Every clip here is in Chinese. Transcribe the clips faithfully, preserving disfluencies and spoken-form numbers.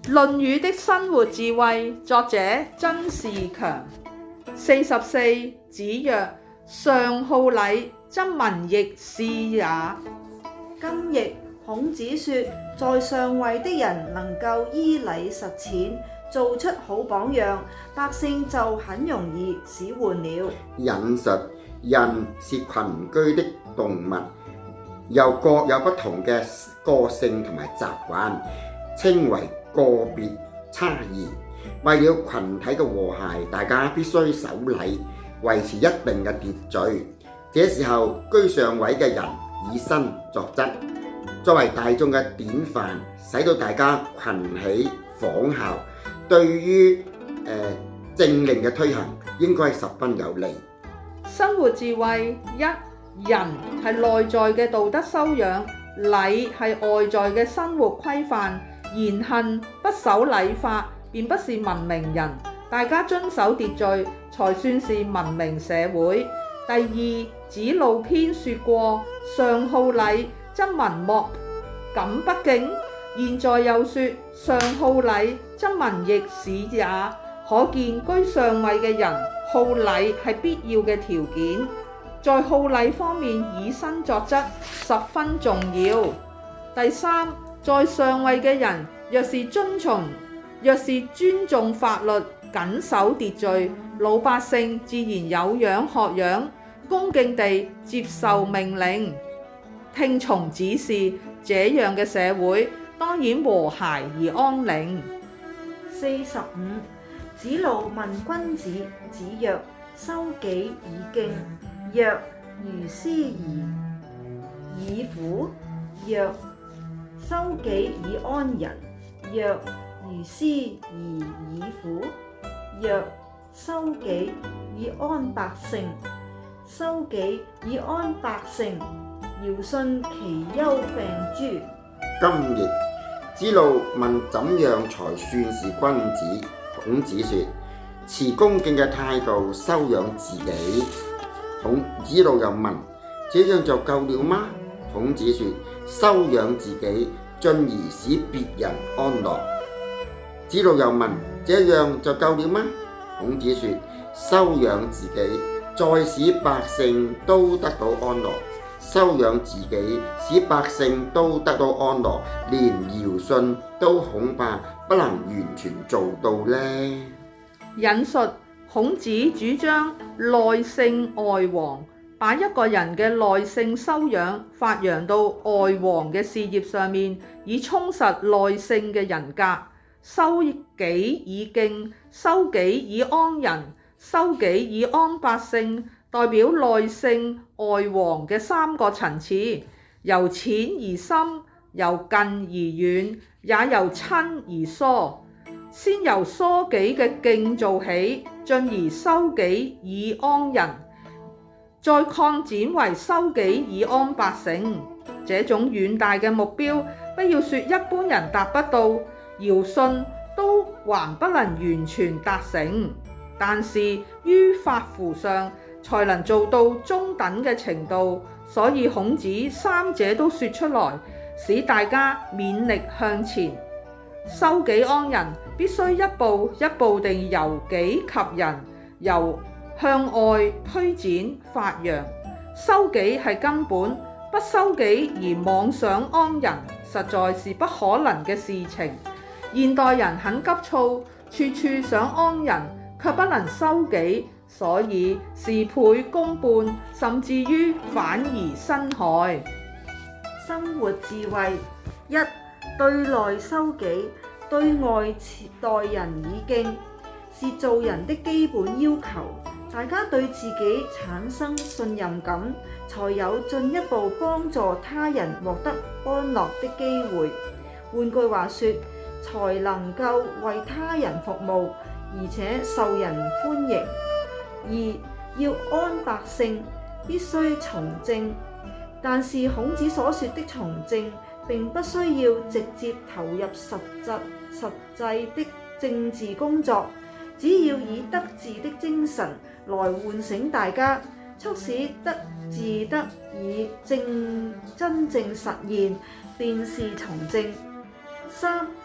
《論語》的生活智慧，作者曾仕強。四十四，子曰：上好禮，則民亦是也。 今譯孔子說，在上位的人能夠依禮實踐，做出好榜樣，百姓就很容易使喚了。 引述：人是群居的動物，又各有不同嘅個性同埋習慣，稱為個別差異。為了群體嘅和諧，大家必須守禮，維持一定嘅秩序。這時候居上位嘅人以身作則，作為大眾嘅典範，使到大家群起仿效，對於、呃、政令嘅推行應該十分有利。 生活智慧一，人係內在嘅道德修養，禮係外在嘅生活規範。言行不守禮法，便不是文明人。大家遵守秩序，才算是文明社會。第二，子路篇說過：上好禮，則民莫敢不敬。現在又說：上好禮，則民亦是也。可見居上位嘅人，好禮係必要嘅條件。在好禮方面，以身作則十分重要。第三，在上位嘅人，若是遵從，若是尊重法律，謹守秩序，老百姓自然有樣學樣，恭敬地接受命令，聽從指示。這樣嘅社會當然和諧而安寧。 四十五，子路問君子，子曰：修己以敬。曰：如斯而已乎？曰：修己以安人。曰：如斯而已乎？曰：修己以安百姓。修己以安百姓，堯舜其憂病諸。 今譯子路問怎樣才算是君子？孔子說：持恭敬嘅態度修養自己。孔子路又問：這樣就夠了嗎？孔子說：修養自己，進而使別人安樂。子路又問：這樣就夠了嗎？孔子說：修養自己，再使百姓都得到安樂。修養自己，使百姓都得到安樂，連堯舜都恐怕不能完全做到呢。 引述：孔子主張內聖外王，把一個人嘅內聖修養發揚到外王嘅事業上面，以充實內聖嘅人格。修己以敬，修己以安人，修己以安百姓，代表內聖外王嘅三個層次，由淺而深，由近而遠，也由親而疏。先由疏己嘅敬做起，進而修己以安人，再擴展為修己以安百姓。這種遠大嘅目標，不要說一般人達不到，堯舜都還不能完全達成，但是於法乎上才能做到中等嘅程度。所以孔子三者都說出來，使大家勉力向前。修己安人必須一步一步地由己及人，由向外推展發揚。修己係根本，不修己而妄想安人，實在是不可能嘅事情。現代人很急躁，處處想安人，卻不能修己，所以事倍功半，甚至於反而生害。 生活智慧一，對內修己，對外待人以敬，是做人的基本要求。大家對自己產生信任感，才有進一步幫助他人獲得安樂的機會。換句話說，才能夠為他人服務，而且受人歡迎。二，要安百姓，必須從政。但是孔子所說的從政，並不需要直接投入實質實際的政治工作，只要以德治的精神來喚醒大家，促使德治得以正真正實現，便是從政。三，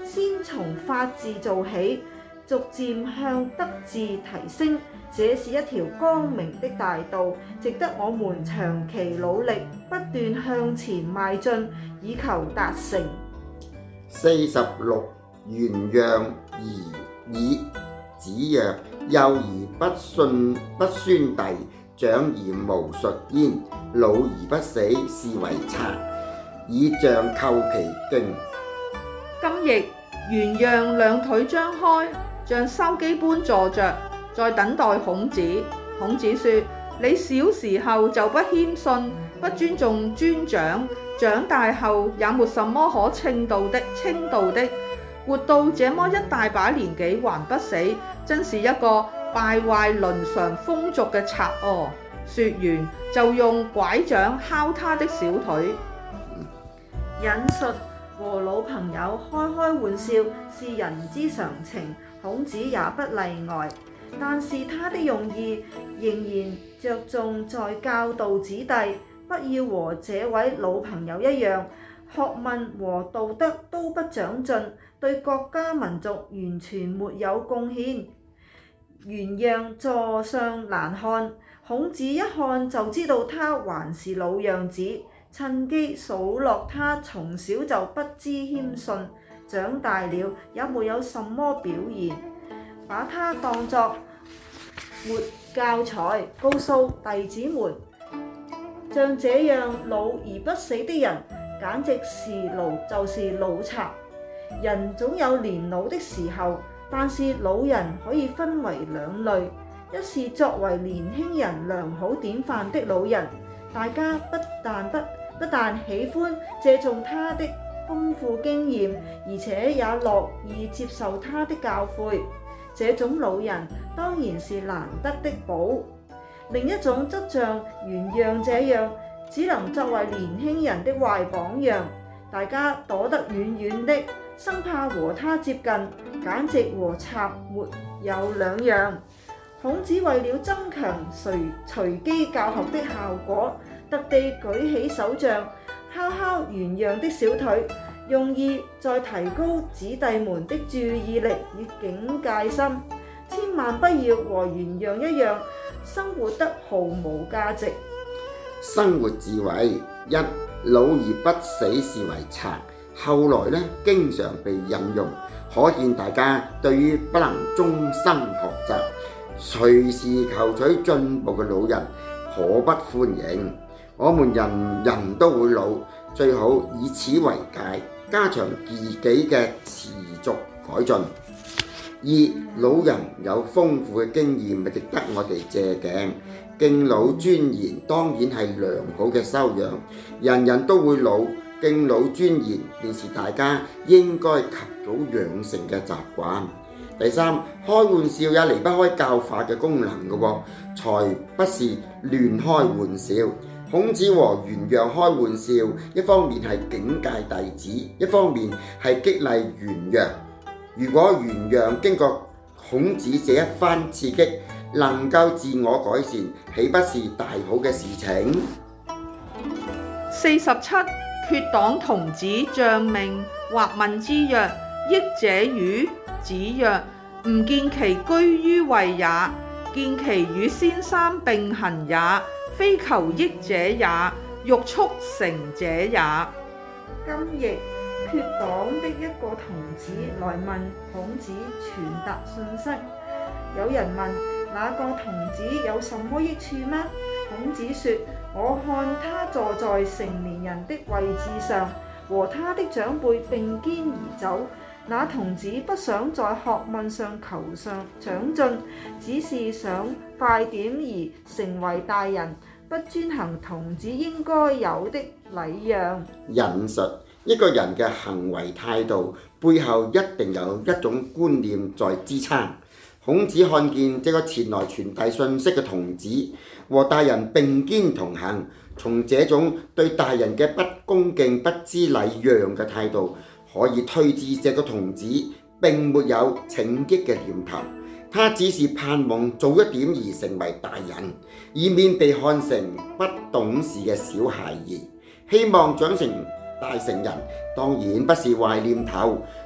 先從法治做起，逐漸向德治提升，這是一條光明的大道，值得我們長期努力，不斷向前邁進，以求達成。 四十六，原讓而已。子曰：幼而不信不宣弟，長而無術焉。老而不死，是為賊，以象寇其經。 今譯原讓兩腿張開，像筲箕般坐着，在等待孔子。孔子說：你小時候就不謙遜，不尊重尊長，長大後也沒什麼可稱道的，稱道的。活到這麼一大把年紀還不死，真是一個敗壞倫常風俗嘅賊哦！說完就用拐杖敲他的小腿。 引述和老朋友開開玩笑是人之常情，孔子也不例外。但是他的用意仍然着重在教導子弟，不要和這位老朋友一樣，學問和道德都不長進，對國家民族完全沒有貢獻。原讓座上難看，孔子一看就知道他還是老樣子，趁機數落他從小就不知謙遜，長大了也沒有什麼表現，把他當作活教材，告訴弟子們，像這樣老而不死的人，簡直是老就是老賊。人總有年老的時候，但是老人可以分為兩類，一是作為年輕人良好典範的老人，大家不但不不但喜歡借重他的豐富經驗，而且也樂意接受他的教誨，這種老人當然是難得的寶。另一種則像原讓這樣，只能作為年輕人的壞榜樣，大家躲得遠遠的，生怕和他接近，簡直和賊沒有兩樣。孔子為了增強隨隨機教學的效果，特地舉起手杖，敲敲原讓的小腿，用意在提高子弟們的注意力與警戒心，千萬不要和原讓一樣，生活得毫無價值。 生活智慧一，老而不死是為賊。後來呢，經常被引用，可見大家對於不能終身學習、隨時求取進步嘅老人，可不歡迎。我們人人都會老，最好以此為戒，加強自己嘅持續改進。二，老人有豐富嘅經驗，值得我哋借鏡。敬老尊賢當然係良好嘅修養，人人都會老。敬老尊賢便是大家應該及早養成嘅習慣。第三，開玩笑也離不開教化嘅功能嘅喎，才不是亂開玩笑。孔子和原讓開玩笑，一方面係警戒弟子，一方面係激勵原讓。如果原讓經過孔子這一番刺激，能夠自我改善，豈不是大好嘅事情？ 四十七。決黨童子將命，或問之曰：益者與？子曰：吾見其居於位也，見其與先生並行也，非求益者也，欲速成者也。 今譯決黨的一個童子來問孔子傳達信息，有人問：那個童子有什麼益處嗎？孔子說：我看他坐在成年人的位置上，和他的長輩並肩而走。那童子不想在學問上求上長進，只是想快點而成為大人，不遵行童子應該有的禮讓。 引述一個人嘅行為態度背後一定有一種觀念在支撐。孔子看見這個前來傳遞信息嘅童子和大人並肩同行，從這種對大人嘅不恭敬、不知禮讓嘅態度，可以推知這個童子並沒有請益嘅念頭，他只是盼望早一點而成為大人，以免被看成不懂事嘅小孩兒。希望長成大成人，當然不是壞念頭，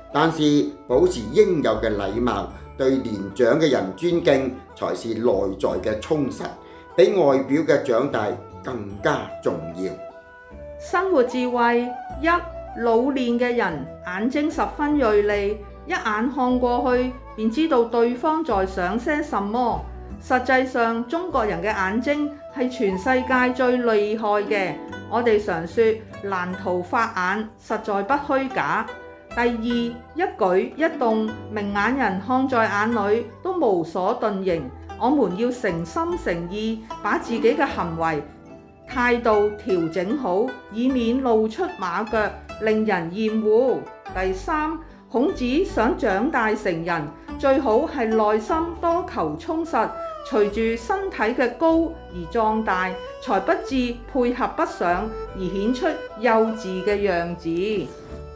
但是保持應有嘅禮貌，對年長嘅人尊敬，才是內在嘅充實，比外表嘅長大更加重要。 生活智慧一，老練嘅人眼睛十分銳利，一眼看過去便知道對方在想些什麼。實際上，中國人嘅眼睛係全世界最厲害嘅。我哋常說蘭圖法眼，實在不虛假。第二，一舉一動，明眼人看在眼裏都無所遁形。我們要誠心誠意把自己嘅行為態度調整好，以免露出馬腳，令人厭惡。第三，孔子想長大成人，最好係內心多求充實，隨住身體嘅高而壯大，才不致配合不上而顯出幼稚嘅樣子。